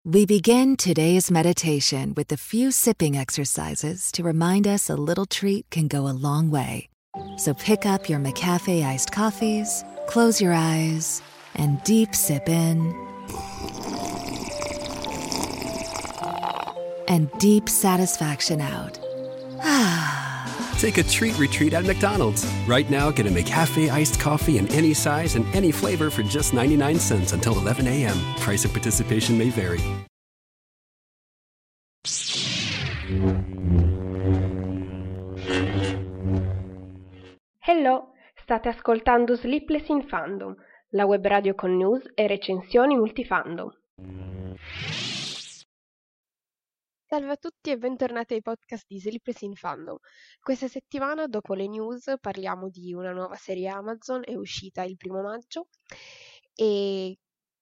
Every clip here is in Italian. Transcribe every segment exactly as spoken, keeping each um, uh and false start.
We begin today's meditation with a few sipping exercises to remind us a little treat can go a long way. So pick up your McCafe iced coffees, close your eyes, and deep sip in. And deep satisfaction out. Take a treat retreat at McDonald's. Right now, get a McCafe iced coffee in any size and any flavor for just ninety-nine cents until eleven a.m. Price of participation may vary. Hello, state ascoltando Sleepless in Fandom, la web radio con news e recensioni multifandom. Salve a tutti e bentornati ai podcast di Sleepless in Fandom. Questa settimana, dopo le news, parliamo di una nuova serie Amazon, è uscita il primo maggio e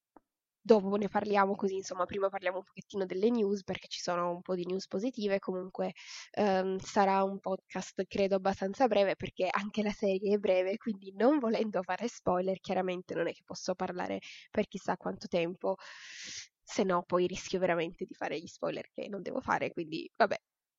dopo ne parliamo così, insomma, prima parliamo un pochettino delle news perché ci sono un po' di news positive, comunque ehm, sarà un podcast credo abbastanza breve perché anche la serie è breve, quindi non volendo fare spoiler, chiaramente non è che posso parlare per chissà quanto tempo, se no poi rischio veramente di fare gli spoiler che non devo fare, quindi vabbè.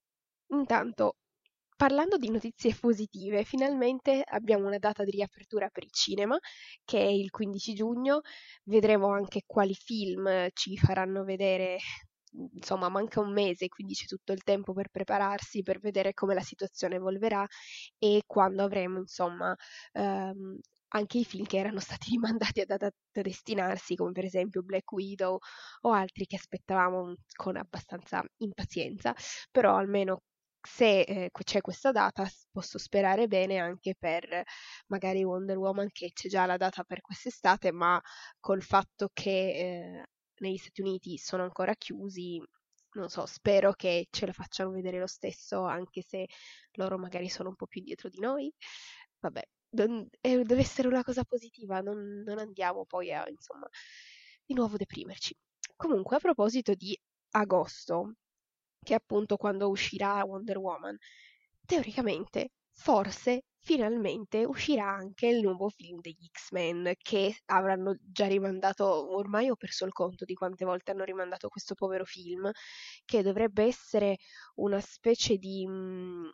Intanto, parlando di notizie positive, finalmente abbiamo una data di riapertura per il cinema, che è il quindici giugno. Vedremo anche quali film ci faranno vedere. Insomma, manca un mese, quindi c'è tutto il tempo per prepararsi, per vedere come la situazione evolverà e quando avremo, insomma, ehm, anche i film che erano stati rimandati a data da destinarsi, come per esempio Black Widow o altri che aspettavamo con abbastanza impazienza, però almeno se eh, c'è questa data posso sperare bene anche per magari Wonder Woman, che c'è già la data per quest'estate, ma col fatto che eh, negli Stati Uniti sono ancora chiusi, non so, spero che ce la facciano vedere lo stesso, anche se loro magari sono un po' più indietro di noi. Vabbè, non- eh, deve essere una cosa positiva, non, non andiamo poi a, insomma, di nuovo deprimerci. Comunque, a proposito di agosto, che è appunto quando uscirà Wonder Woman, teoricamente, forse, finalmente uscirà anche il nuovo film degli X-Men, che avranno già rimandato, ormai ho perso il conto di quante volte hanno rimandato questo povero film, che dovrebbe essere una specie di mh,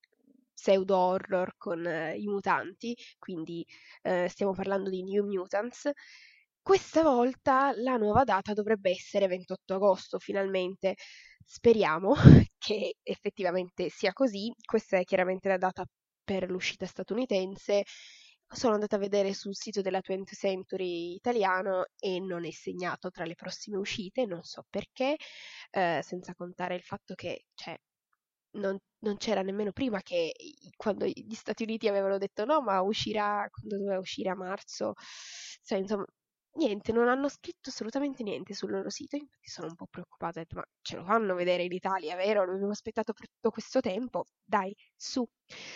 pseudo horror con eh, i mutanti, quindi eh, stiamo parlando di New Mutants. Questa volta la nuova data dovrebbe essere ventotto agosto, finalmente. Speriamo che effettivamente sia così. Questa è chiaramente la data per l'uscita statunitense. Sono andata a vedere sul sito della twentieth Century italiano e non è segnato tra le prossime uscite, non so perché, eh, senza contare il fatto che, cioè, non, non c'era nemmeno prima che i- quando gli Stati Uniti avevano detto no, ma uscirà quando doveva uscire a marzo. Cioè, insomma, niente, non hanno scritto assolutamente niente sul loro sito. Infatti sono un po' preoccupata, ho detto, ma ce lo fanno vedere in Italia, vero? Lo abbiamo aspettato per tutto questo tempo. Dai, su.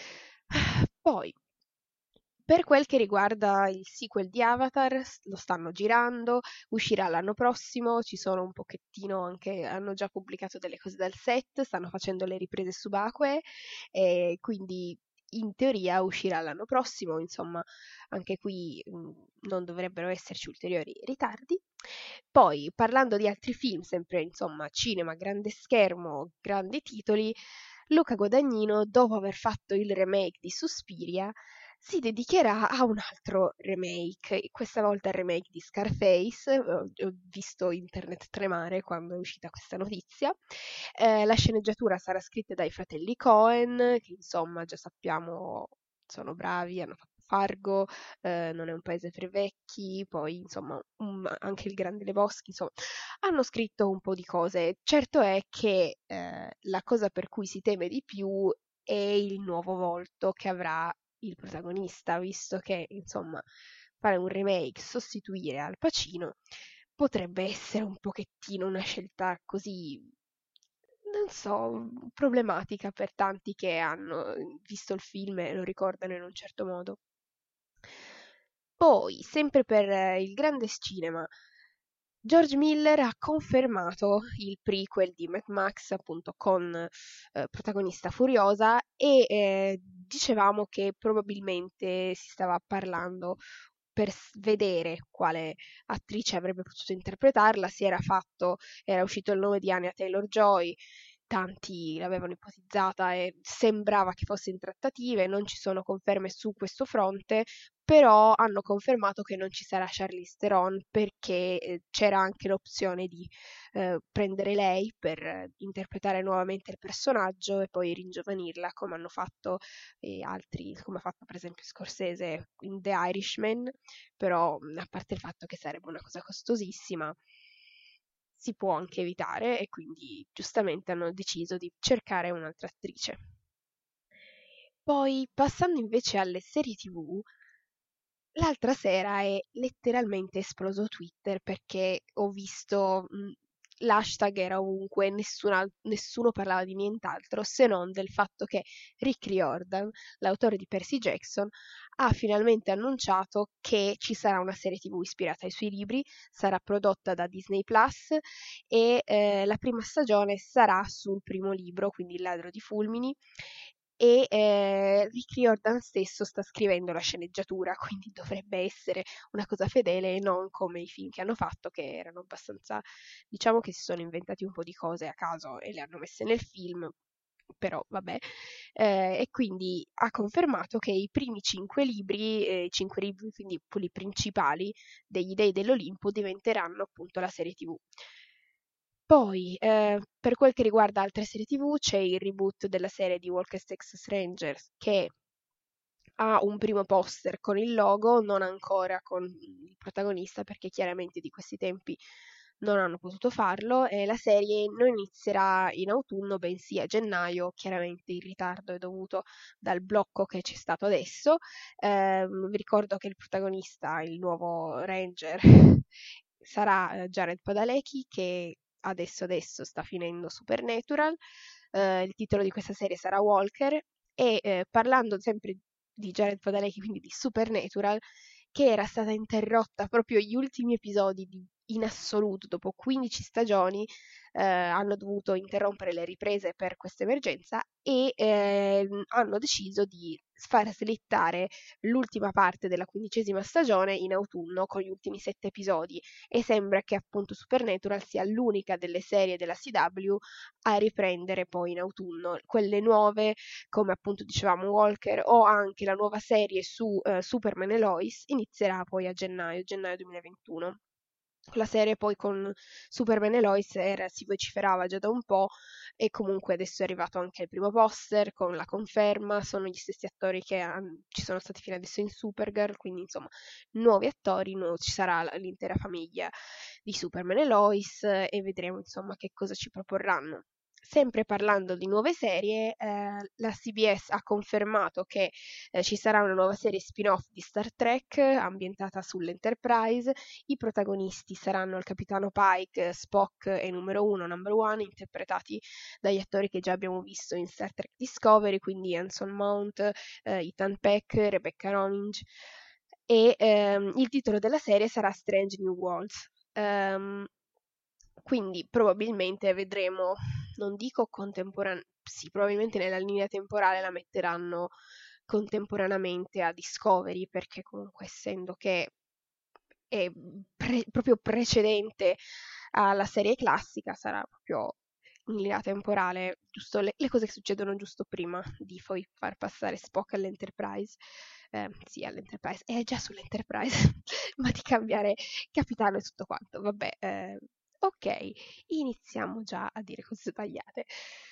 Poi, per quel che riguarda il sequel di Avatar, s- lo stanno girando, uscirà l'anno prossimo, ci sono un pochettino anche, hanno già pubblicato delle cose dal set, stanno facendo le riprese subacquee e quindi in teoria uscirà l'anno prossimo, insomma anche qui mh, non dovrebbero esserci ulteriori ritardi. Poi, parlando di altri film, sempre insomma cinema, grande schermo, grandi titoli, Luca Guadagnino, dopo aver fatto il remake di Suspiria, si dedicherà a un altro remake, questa volta il remake di Scarface. Ho, ho visto internet tremare quando è uscita questa notizia. Eh, la sceneggiatura sarà scritta dai fratelli Cohen, che insomma già sappiamo sono bravi, hanno fatto Fargo, eh, Non è un paese per vecchi, poi insomma um, anche il Grande Lebowski, insomma hanno scritto un po' di cose. Certo è che eh, la cosa per cui si teme di più è il nuovo volto che avrà il protagonista, visto che, insomma, fare un remake, sostituire Al Pacino, potrebbe essere un pochettino una scelta così, non so, problematica per tanti che hanno visto il film e lo ricordano in un certo modo. Poi, sempre per eh, il grande cinema, George Miller ha confermato il prequel di Mad Max, appunto con eh, protagonista Furiosa, e eh, dicevamo che probabilmente si stava parlando per vedere quale attrice avrebbe potuto interpretarla. Si era fatto, era uscito il nome di Anya Taylor-Joy, tanti l'avevano ipotizzata e sembrava che fosse in trattative, non ci sono conferme su questo fronte, però hanno confermato che non ci sarà Charlize Theron perché eh, c'era anche l'opzione di eh, prendere lei per eh, interpretare nuovamente il personaggio e poi ringiovanirla come hanno fatto eh, altri, come ha fatto per esempio Scorsese in The Irishman, però a parte il fatto che sarebbe una cosa costosissima, si può anche evitare e quindi giustamente hanno deciso di cercare un'altra attrice. Poi passando invece alle serie tivù, l'altra sera è letteralmente esploso Twitter perché ho visto mh, l'hashtag era ovunque, nessuna- nessuno parlava di nient'altro se non del fatto che Rick Riordan, l'autore di Percy Jackson, ha finalmente annunciato che ci sarà una serie tivù ispirata ai suoi libri, sarà prodotta da Disney Plus e eh, la prima stagione sarà sul primo libro, quindi Il ladro di fulmini, e eh, Rick Riordan stesso sta scrivendo la sceneggiatura, quindi dovrebbe essere una cosa fedele e non come i film che hanno fatto, che erano abbastanza, diciamo che si sono inventati un po' di cose a caso e le hanno messe nel film, però vabbè. Eh, e quindi ha confermato che i primi cinque libri, eh, cinque libri, quindi quelli principali degli Dei dell'Olimpo, diventeranno appunto la serie tivù. Poi, eh, per quel che riguarda altre serie tivù, c'è il reboot della serie di Walker Texas Rangers che ha un primo poster con il logo, non ancora con il protagonista, perché chiaramente di questi tempi non hanno potuto farlo e la serie non inizierà in autunno, bensì a gennaio. Chiaramente il ritardo è dovuto dal blocco che c'è stato adesso. Ehm, vi ricordo che il protagonista, il nuovo Ranger, sarà eh, Jared Padalecki, che adesso adesso sta finendo Supernatural. Eh, il titolo di questa serie sarà Walker e eh, parlando sempre di Jared Padalecki, quindi di Supernatural, che era stata interrotta proprio gli ultimi episodi di, in assoluto, dopo quindici stagioni, eh, hanno dovuto interrompere le riprese per questa emergenza e eh, hanno deciso di far slittare l'ultima parte della quindicesima stagione in autunno con gli ultimi sette episodi e sembra che appunto Supernatural sia l'unica delle serie della C W a riprendere poi in autunno. Quelle nuove, come appunto dicevamo Walker, o anche la nuova serie su eh, Superman e Lois, inizierà poi a gennaio, gennaio duemilaventuno. La serie poi con Superman e Lois era, si vociferava già da un po' e comunque adesso è arrivato anche il primo poster con la conferma, sono gli stessi attori che han, ci sono stati fino adesso in Supergirl, quindi insomma nuovi attori, nu- ci sarà l'intera famiglia di Superman e Lois e vedremo insomma che cosa ci proporranno. Sempre parlando di nuove serie, eh, la C B S ha confermato che eh, ci sarà una nuova serie spin-off di Star Trek ambientata sull'Enterprise. I protagonisti saranno il capitano Pike, Spock e numero uno, number one, interpretati dagli attori che già abbiamo visto in Star Trek Discovery, quindi Anson Mount, eh, Ethan Peck, Rebecca Romijn. E ehm, il titolo della serie sarà Strange New Worlds. Um, quindi probabilmente vedremo, non dico contemporaneamente, sì, probabilmente nella linea temporale la metteranno contemporaneamente a Discovery, perché comunque essendo che è pre- proprio precedente alla serie classica, sarà proprio in linea temporale, giusto le, le cose che succedono giusto prima di poi far passare Spock all'Enterprise. Eh, sì, all'Enterprise, è già sull'Enterprise, ma di cambiare capitano e tutto quanto. Vabbè, eh, ok, iniziamo già a dire cose sbagliate.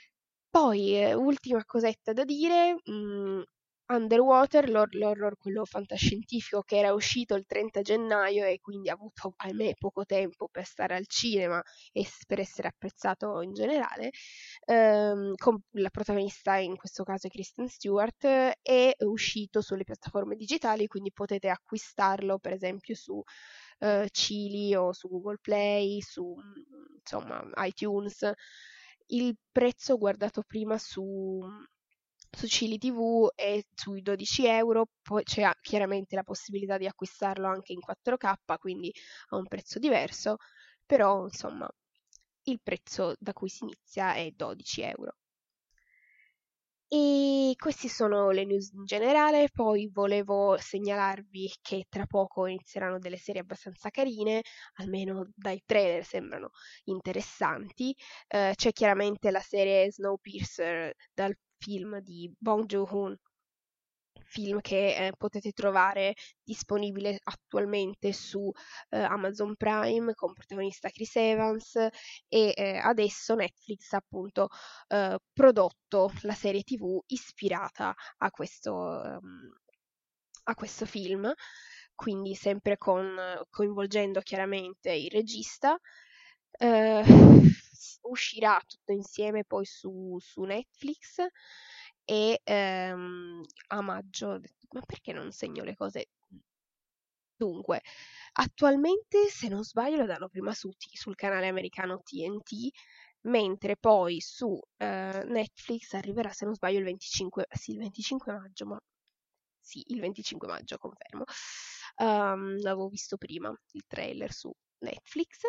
Poi, eh, ultima cosetta da dire, mh, Underwater, l'hor- l'horror, quello fantascientifico che era uscito il trenta gennaio e quindi ha avuto, ahimè, poco tempo per stare al cinema e s- per essere apprezzato in generale, ehm, con la protagonista in questo caso è Kristen Stewart, eh, è uscito sulle piattaforme digitali, quindi potete acquistarlo per esempio su eh, Cili o su Google Play, su mm, insomma iTunes. Il prezzo guardato prima su, su Cili T V è sui dodici euro, poi c'è a- chiaramente la possibilità di acquistarlo anche in quattro K, quindi a un prezzo diverso, però insomma il prezzo da cui si inizia è dodici euro. E queste sono le news in generale, poi volevo segnalarvi che tra poco inizieranno delle serie abbastanza carine, almeno dai trailer sembrano interessanti. Eh, c'è chiaramente la serie Snowpiercer dal film di Bong Joon-ho, film che eh, potete trovare disponibile attualmente su eh, Amazon Prime con protagonista Chris Evans e eh, adesso Netflix ha appunto eh, prodotto la serie tivù ispirata a questo, ehm, a questo film, quindi sempre con, coinvolgendo chiaramente il regista. Eh, uscirà tutto insieme poi su, su Netflix e ehm, a maggio, ho detto, ma perché non segno le cose? Dunque, attualmente, se non sbaglio, lo danno prima su T- sul canale americano T N T, mentre poi su eh, Netflix arriverà, se non sbaglio, il venticinque, sì, il venticinque maggio, ma sì, il venticinque maggio, confermo. Um, l'avevo visto prima, il trailer su Netflix.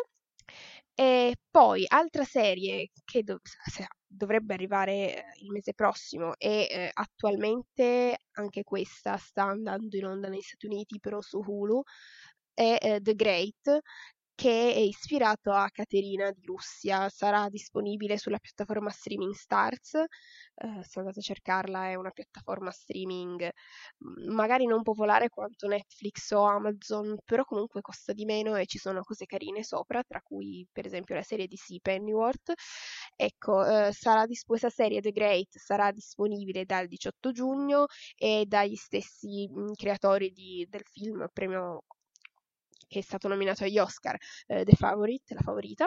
E poi, altra serie che dov- se- dovrebbe arrivare eh, il mese prossimo e eh, attualmente anche questa sta andando in onda negli Stati Uniti, però su Hulu, è eh, The Great, che è ispirato a Caterina di Russia. Sarà disponibile sulla piattaforma streaming Starz. Eh, se andate a cercarla, è una piattaforma streaming mh, magari non popolare quanto Netflix o Amazon, però comunque costa di meno e ci sono cose carine sopra, tra cui per esempio la serie D C Pennyworth. Ecco, eh, sarà dis- questa serie The Great sarà disponibile dal diciotto giugno e dagli stessi mh, creatori di- del film premio che è stato nominato agli Oscar, eh, The Favorite, la favorita,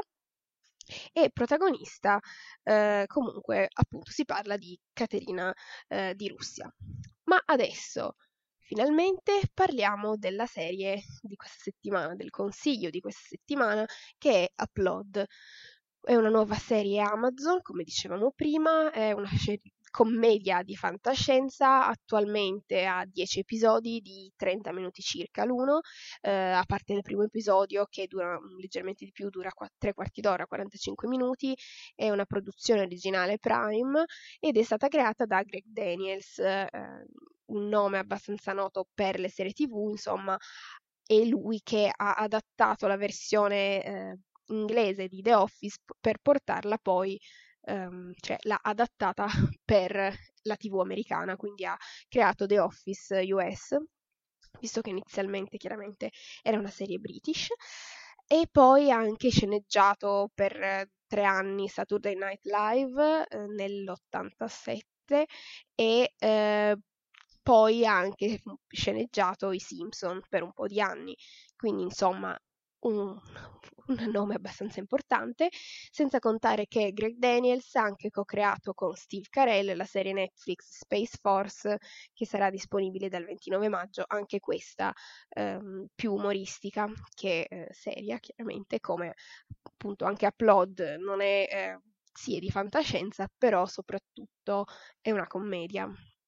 e protagonista eh, comunque appunto si parla di Caterina eh, di Russia. Ma adesso finalmente parliamo della serie di questa settimana, del consiglio di questa settimana, che è Upload. È una nuova serie Amazon, come dicevamo prima, è una serie commedia di fantascienza, attualmente ha dieci episodi di trenta minuti circa l'uno, eh, a parte il primo episodio che dura leggermente di più, dura qu- tre quarti d'ora, quarantacinque minuti, è una produzione originale Prime ed è stata creata da Greg Daniels, eh, un nome abbastanza noto per le serie tivù, insomma, è lui che ha adattato la versione eh, inglese di The Office p- per portarla poi, ehm, cioè l'ha adattata per la tivù americana, quindi ha creato The Office U S, visto che inizialmente chiaramente era una serie British, e poi ha anche sceneggiato per eh, tre anni Saturday Night Live eh, nell'ottantasette e eh, poi ha anche sceneggiato i Simpson per un po' di anni, quindi insomma un, un nome abbastanza importante, senza contare che Greg Daniels ha anche co-creato con Steve Carell la serie Netflix Space Force, che sarà disponibile dal ventinove maggio, anche questa ehm, più umoristica che eh, seria, chiaramente, come appunto anche Upload non è, eh, sì, è di fantascienza, però soprattutto è una commedia.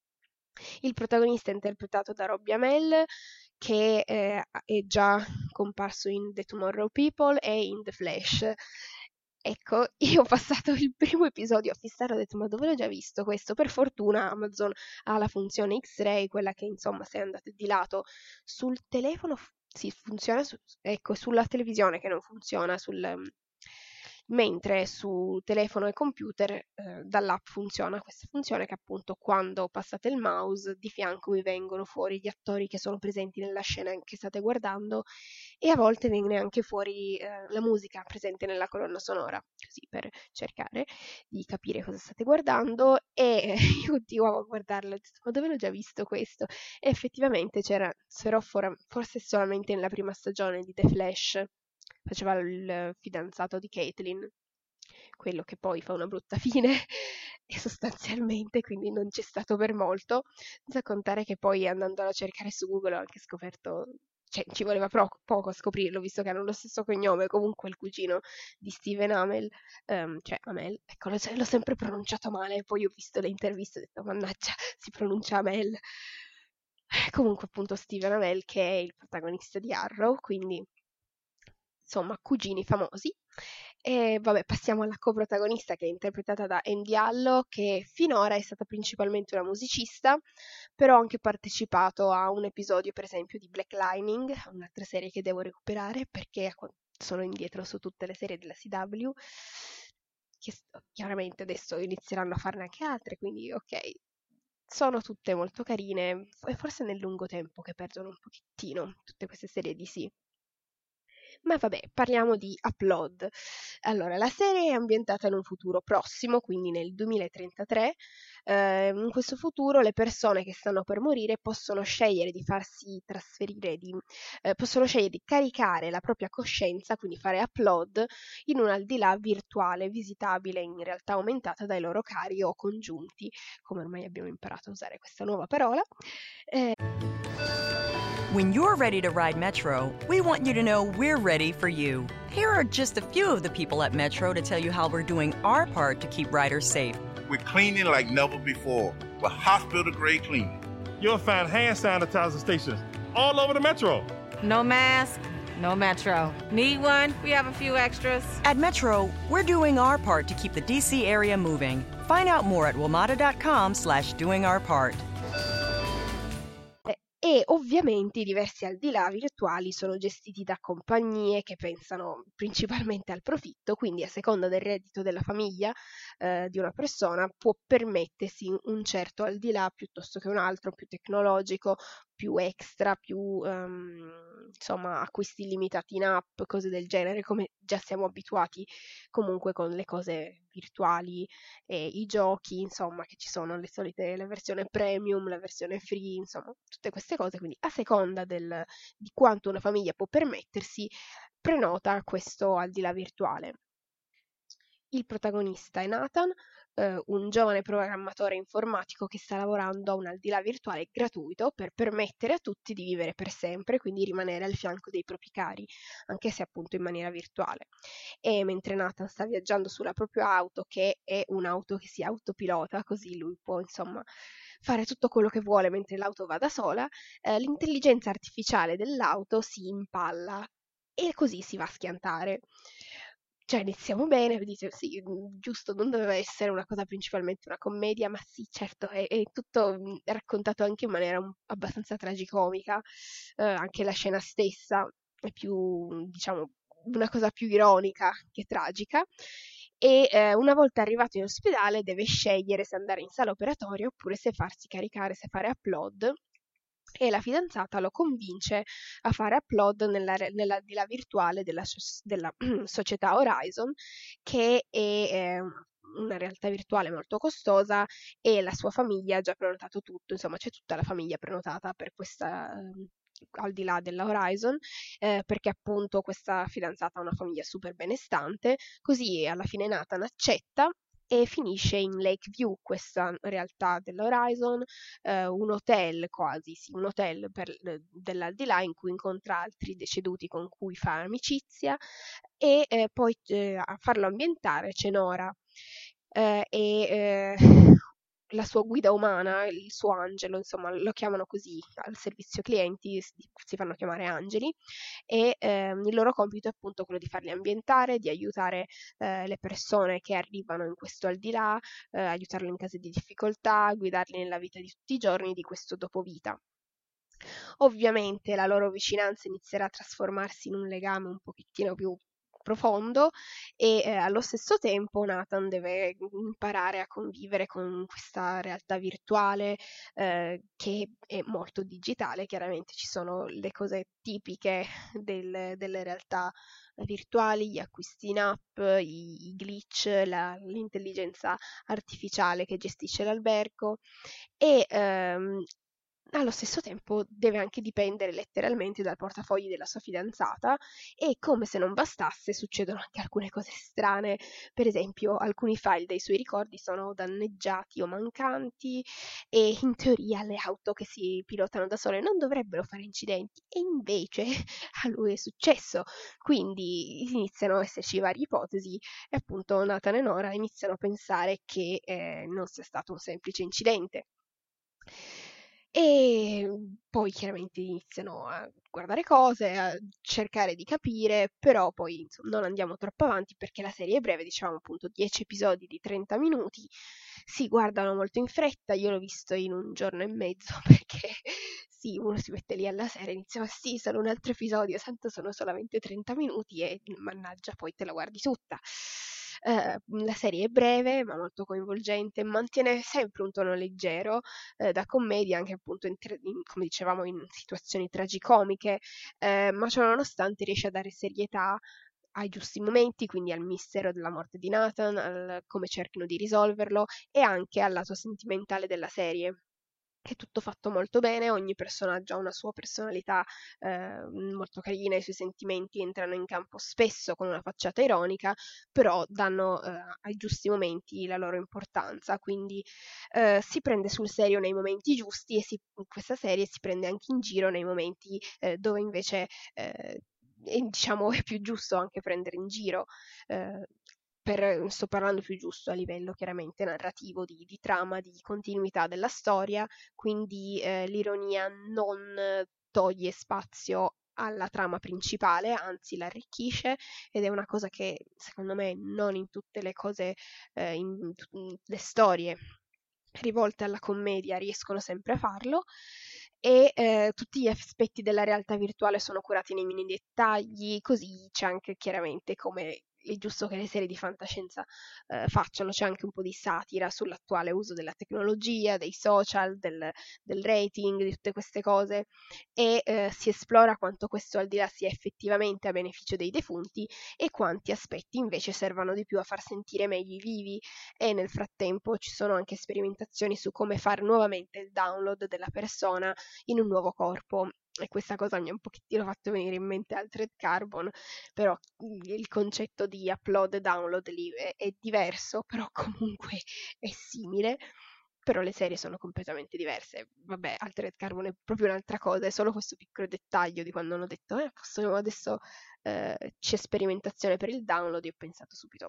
Il protagonista è interpretato da Robbie Amell, che eh, è già comparso in The Tomorrow People e in The Flash. Ecco, io ho passato il primo episodio a fissare, ho detto ma dove l'ho già visto questo? Per fortuna Amazon ha la funzione X-Ray, quella che insomma se andate di lato sul telefono f- sì, funziona, su- ecco, sulla televisione che non funziona, sul, mentre su telefono e computer eh, dall'app funziona questa funzione che appunto quando passate il mouse di fianco vi vengono fuori gli attori che sono presenti nella scena che state guardando e a volte viene anche fuori eh, la musica presente nella colonna sonora, così per cercare di capire cosa state guardando e io continuavo a guardarlo, ho detto, ma dove l'ho già visto questo? E effettivamente c'era, però for- forse solamente nella prima stagione di The Flash, faceva il fidanzato di Caitlyn, quello che poi fa una brutta fine e sostanzialmente quindi non c'è stato per molto, senza contare che poi andando a cercare su Google ho anche scoperto, cioè ci voleva pro- poco a scoprirlo, visto che hanno lo stesso cognome, comunque il cugino di Steven Amell, ehm, cioè Amell, ecco, l'ho, l'ho sempre pronunciato male, poi ho visto le interviste e ho detto, mannaggia, si pronuncia Amell. Comunque appunto Steven Amell che è il protagonista di Arrow, quindi insomma cugini famosi. E vabbè, passiamo alla coprotagonista che è interpretata da Andy Allo, che finora è stata principalmente una musicista, però ha anche partecipato a un episodio, per esempio, di Black Lightning, un'altra serie che devo recuperare perché sono indietro su tutte le serie della C W, che chiaramente adesso inizieranno a farne anche altre, quindi ok, sono tutte molto carine, e forse nel lungo tempo che perdono un pochettino tutte queste serie D C. Ma vabbè, parliamo di Upload. Allora, la serie è ambientata in un futuro prossimo, quindi nel duemilatrentatré. Eh, in questo futuro le persone che stanno per morire possono scegliere di farsi trasferire, di, eh, possono scegliere di caricare la propria coscienza, quindi fare upload, in un al di là virtuale, visitabile in realtà aumentata dai loro cari o congiunti, come ormai abbiamo imparato a usare questa nuova parola. Eh, When you're ready to ride Metro, we want you to know we're ready for you. Here are just a few of the people at Metro to tell you how we're doing our part to keep riders safe. We're cleaning like never before with hospital-grade cleaning. You'll find hand sanitizer stations all over the Metro. No mask, no Metro. Need one? We have a few extras. At Metro, we're doing our part to keep the D C area moving. Find out more at womata.com slash doing our part. E ovviamente i diversi al di là virtuali sono gestiti da compagnie che pensano principalmente al profitto, quindi a seconda del reddito della famiglia eh, di una persona può permettersi un certo al di là piuttosto che un altro, più tecnologico, più extra, più um, insomma acquisti limitati in app, cose del genere, come già siamo abituati comunque con le cose virtuali e i giochi, insomma, che ci sono le solite, la versione premium, la versione free, insomma, tutte queste cose, quindi a seconda del, di quanto una famiglia può permettersi, prenota questo al di là virtuale. Il protagonista è Nathan, eh, un giovane programmatore informatico che sta lavorando a un al di là virtuale gratuito per permettere a tutti di vivere per sempre, quindi rimanere al fianco dei propri cari, anche se appunto in maniera virtuale. E mentre Nathan sta viaggiando sulla propria auto, che è un'auto che si autopilota, così lui può insomma fare tutto quello che vuole mentre l'auto va da sola, eh, l'intelligenza artificiale dell'auto si impalla e così si va a schiantare. Cioè, iniziamo bene, dite sì, giusto, non doveva essere una cosa principalmente una commedia, ma sì, certo, è, è tutto mh, raccontato anche in maniera un- abbastanza tragicomica, eh, anche la scena stessa è più, diciamo, una cosa più ironica che tragica. E eh, una volta arrivato in ospedale deve scegliere se andare in sala operatoria oppure se farsi caricare, se fare upload. E la fidanzata lo convince a fare upload nella, re- nella di là virtuale della, so- della società Horizon, che è eh, una realtà virtuale molto costosa e la sua famiglia ha già prenotato tutto, insomma c'è tutta la famiglia prenotata per questa, ehm, al di là della Horizon, eh, perché appunto questa fidanzata ha una famiglia super benestante, così alla fine Nathan accetta e finisce in Lakeview, questa realtà dell'Horizon, eh, un hotel quasi, sì, un hotel per, eh, dell'aldilà in cui incontra altri deceduti con cui fa amicizia e eh, poi eh, a farlo ambientare c'è Nora eh, e eh, la sua guida umana, il suo angelo, insomma lo chiamano così al servizio clienti, si, si fanno chiamare angeli e ehm, il loro compito è appunto quello di farli ambientare, di aiutare eh, le persone che arrivano in questo al di là, eh, aiutarli in caso di difficoltà, guidarli nella vita di tutti i giorni di questo dopovita. Ovviamente la loro vicinanza inizierà a trasformarsi in un legame un pochettino più profondo e eh, allo stesso tempo Nathan deve imparare a convivere con questa realtà virtuale eh, che è molto digitale. Chiaramente ci sono le cose tipiche del, delle realtà virtuali, gli acquisti in app, i, i glitch, la, l'intelligenza artificiale che gestisce l'albergo e ehm, allo stesso tempo deve anche dipendere letteralmente dal portafogli della sua fidanzata e come se non bastasse succedono anche alcune cose strane, per esempio alcuni file dei suoi ricordi sono danneggiati o mancanti e in teoria le auto che si pilotano da sole non dovrebbero fare incidenti e invece a lui è successo, quindi iniziano a esserci varie ipotesi e appunto Nathan e Nora iniziano a pensare che eh, non sia stato un semplice incidente. E poi chiaramente iniziano a guardare cose, a cercare di capire, però poi insomma, non andiamo troppo avanti perché la serie è breve, diciamo appunto dieci episodi di trenta minuti, si guardano molto in fretta, io l'ho visto in un giorno e mezzo perché sì, uno si mette lì alla sera e inizia, ma sì, solo un altro episodio, tanto sono solamente trenta minuti e mannaggia, poi te la guardi tutta. Eh, la serie è breve ma molto coinvolgente, mantiene sempre un tono leggero, eh, da commedia anche appunto in, tra- in- come dicevamo in situazioni tragicomiche, eh, ma ciò nonostante riesce a dare serietà ai giusti momenti, quindi al mistero della morte di Nathan, al come cerchino di risolverlo e anche al lato sentimentale della serie. È tutto fatto molto bene, ogni personaggio ha una sua personalità eh, molto carina, i suoi sentimenti entrano in campo spesso con una facciata ironica, però danno eh, ai giusti momenti la loro importanza, quindi eh, si prende sul serio nei momenti giusti e si, in questa serie si prende anche in giro nei momenti eh, dove invece eh, è, diciamo, è più giusto anche prendere in giro. Eh, per, sto parlando più giusto a livello chiaramente narrativo, di, di trama, di continuità della storia, quindi eh, l'ironia non toglie spazio alla trama principale, anzi la arricchisce ed è una cosa che secondo me non in tutte le cose, eh, in, in le storie rivolte alla commedia riescono sempre a farlo e eh, tutti gli aspetti della realtà virtuale sono curati nei minimi dettagli, così c'è anche chiaramente come è giusto che le serie di fantascienza eh, facciano, c'è anche un po' di satira sull'attuale uso della tecnologia, dei social, del, del rating, di tutte queste cose e eh, si esplora quanto questo al di là sia effettivamente a beneficio dei defunti e quanti aspetti invece servano di più a far sentire meglio i vivi e nel frattempo ci sono anche sperimentazioni su come fare nuovamente il download della persona in un nuovo corpo. E questa cosa mi ha un pochettino fatto venire in mente Altered Carbon, però il concetto di upload e download lì è, è diverso, però comunque è simile. Però le serie sono completamente diverse. Vabbè, Altered Carbon è proprio un'altra cosa, è solo questo piccolo dettaglio di quando hanno detto eh, possiamo adesso eh, c'è sperimentazione per il download, io ho pensato subito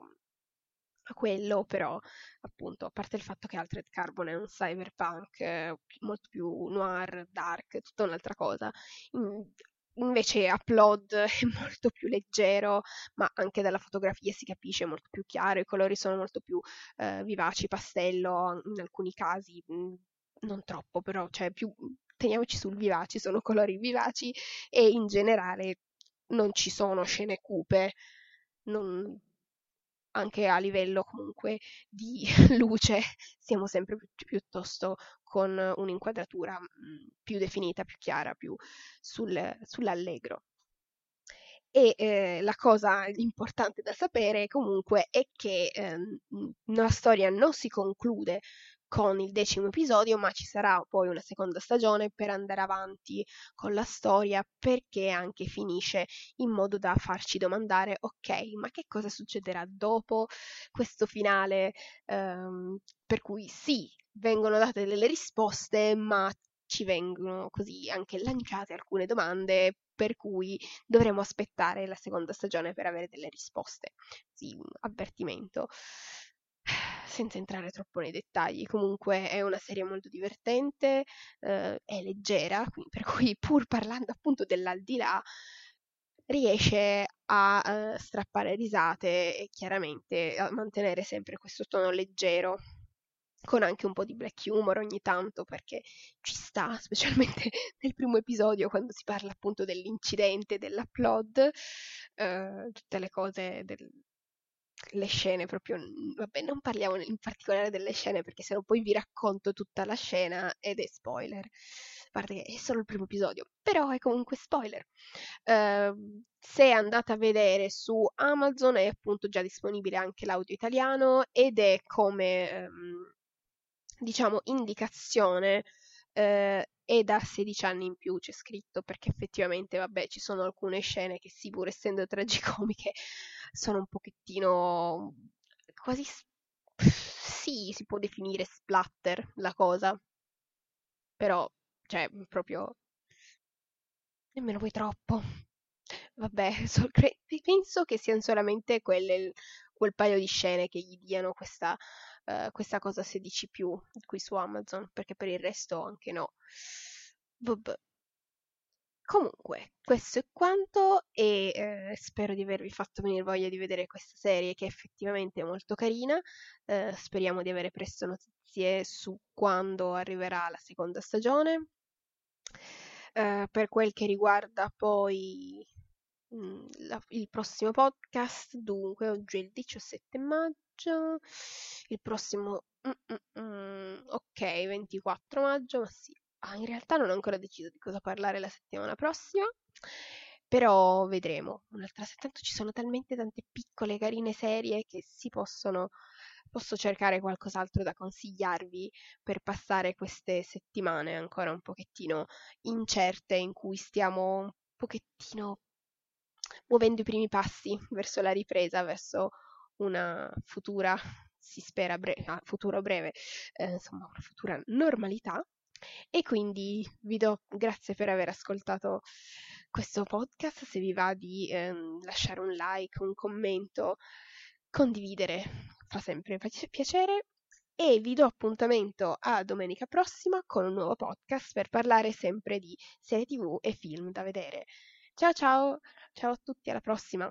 a quello, però appunto, a parte il fatto che Altered Carbon è un cyberpunk eh, molto più noir, dark, tutta un'altra cosa. In- invece Upload è molto più leggero, ma anche dalla fotografia si capisce molto più chiaro, i colori sono molto più eh, vivaci, pastello in alcuni casi, mh, non troppo, però cioè più teniamoci sul vivaci, sono colori vivaci e in generale non ci sono scene cupe, non, anche a livello comunque di luce siamo sempre pi- piuttosto con un'inquadratura mh, più definita, più chiara, più sul- sull'allegro. E eh, la cosa importante da sapere comunque è che ehm, la storia non si conclude con il decimo episodio, ma ci sarà poi una seconda stagione per andare avanti con la storia perché anche finisce in modo da farci domandare, ok, ma che cosa succederà dopo questo finale? Ehm, per cui sì, vengono date delle risposte, ma ci vengono così anche lanciate alcune domande per cui dovremo aspettare la seconda stagione per avere delle risposte. Sì, un avvertimento. Senza entrare troppo nei dettagli, comunque è una serie molto divertente, eh, è leggera, quindi per cui pur parlando appunto dell'aldilà riesce a eh, strappare risate e chiaramente a mantenere sempre questo tono leggero con anche un po' di black humor ogni tanto perché ci sta, specialmente nel primo episodio quando si parla appunto dell'incidente, dell'upload, eh, tutte le cose, del- le scene proprio, vabbè non parliamo in particolare delle scene perché sennò poi vi racconto tutta la scena ed è spoiler, a parte che è solo il primo episodio, però è comunque spoiler. Eh, se andate a vedere su Amazon è appunto già disponibile anche l'audio italiano ed è come ehm, diciamo, indicazione eh, è da sedici anni in più, c'è scritto, perché effettivamente, vabbè, ci sono alcune scene che sì, pur essendo tragicomiche, sono un pochettino quasi... s- sì, si può definire splatter la cosa, però, cioè, proprio nemmeno poi troppo. Vabbè, so- cre- penso che siano solamente quelle, quel paio di scene che gli diano questa, uh, questa cosa sedici più qui su Amazon, perché per il resto anche no. Vabbè. Comunque, questo è quanto e eh, spero di avervi fatto venire voglia di vedere questa serie che è effettivamente molto carina. Eh, speriamo di avere presto notizie su quando arriverà la seconda stagione. Eh, per quel che riguarda poi mh, la, il prossimo podcast, dunque oggi è il diciassette maggio, il prossimo mm, mm, mm, ok, ventiquattro maggio, ma sì. Ah, in realtà non ho ancora deciso di cosa parlare la settimana prossima, però vedremo. Un'altra tanto ci sono talmente tante piccole, carine serie che si possono, posso cercare qualcos'altro da consigliarvi per passare queste settimane ancora un pochettino incerte, in cui stiamo un pochettino muovendo i primi passi verso la ripresa, verso una futura, si spera breve, ah, futuro breve, eh, insomma una futura normalità. E quindi vi do grazie per aver ascoltato questo podcast. Se vi va di ehm, lasciare un like, un commento, condividere fa sempre piacere, e vi do appuntamento a domenica prossima con un nuovo podcast per parlare sempre di serie tv e film da vedere. Ciao ciao, ciao a tutti, alla prossima.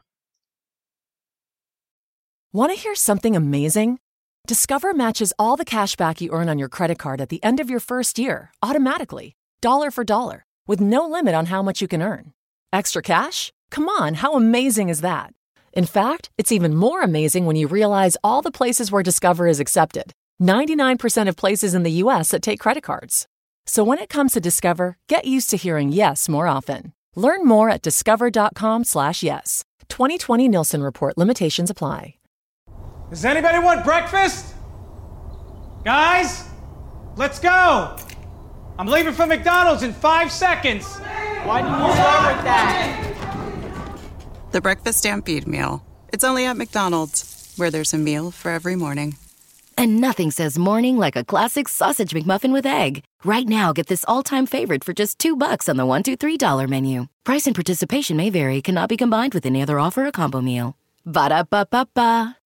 Want to hear something amazing? Discover matches all the cash back you earn on your credit card at the end of your first year, automatically, dollar for dollar, with no limit on how much you can earn. Extra cash? Come on, how amazing is that? In fact, it's even more amazing when you realize all the places where Discover is accepted. ninety-nine percent of places in the U S that take credit cards. So when it comes to Discover, get used to hearing yes more often. Learn more at discover.com slash yes. twenty twenty Nielsen Report limitations apply. Does anybody want breakfast? Guys, let's go. I'm leaving for McDonald's in five seconds. Why didn't you start with that? The Breakfast Stampede Meal. It's only at McDonald's, where there's a meal for every morning. And nothing says morning like a classic sausage McMuffin with egg. Right now, get this all-time favorite for just two bucks on the one, two, three dollar menu. Price and participation may vary. Cannot be combined with any other offer or combo meal. Ba-da-ba-ba-ba.